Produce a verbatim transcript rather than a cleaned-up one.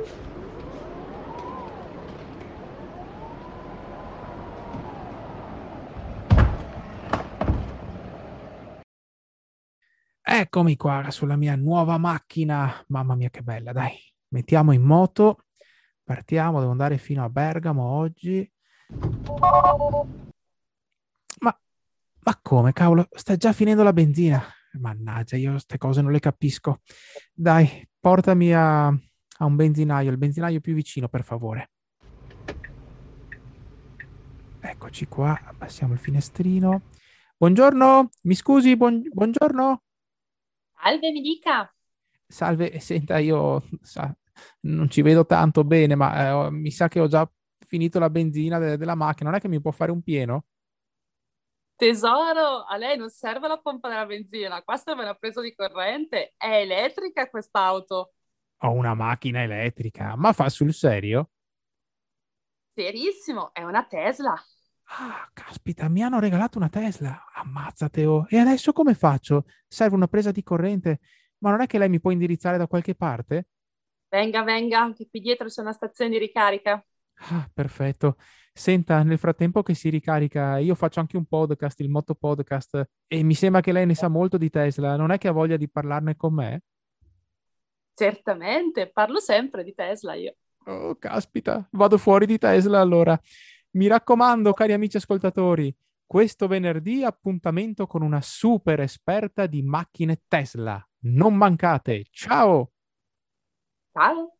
Eccomi qua sulla mia nuova macchina. Mamma mia, che bella, dai. Mettiamo in moto, partiamo, devo andare fino a Bergamo oggi. Ma, ma come, cavolo, sta già finendo la benzina. Mannaggia, io queste cose non le capisco. Dai, portami a, a un benzinaio, il benzinaio più vicino, per favore. Eccoci qua, abbassiamo il finestrino. Buongiorno, mi scusi, buon- buongiorno. Salve, mi dica. Salve, eh, senta, io sa, non ci vedo tanto bene, ma eh, ho- mi sa che ho già finito la benzina de- della macchina. Non è che mi può fare un pieno? Tesoro, a lei non serve la pompa della benzina, questa me l'ha preso di corrente, è elettrica quest'auto. Ho una macchina elettrica, ma fa sul serio? Serissimo, è una Tesla. Ah, caspita, mi hanno regalato una Tesla. Ammazzate, oh. E adesso come faccio? Serve una presa di corrente, ma non è che lei mi può indirizzare da qualche parte? Venga, venga, che qui dietro c'è una stazione di ricarica. Ah, perfetto. Senta, nel frattempo che si ricarica, io faccio anche un podcast, il Moto Podcast, e mi sembra che lei ne sa molto di Tesla. Non è che ha voglia di parlarne con me? Certamente, parlo sempre di Tesla io. Oh, caspita, vado fuori di Tesla allora. Mi raccomando, cari amici ascoltatori, questo venerdì appuntamento con una super esperta di macchine Tesla. Non mancate. Ciao! Ciao.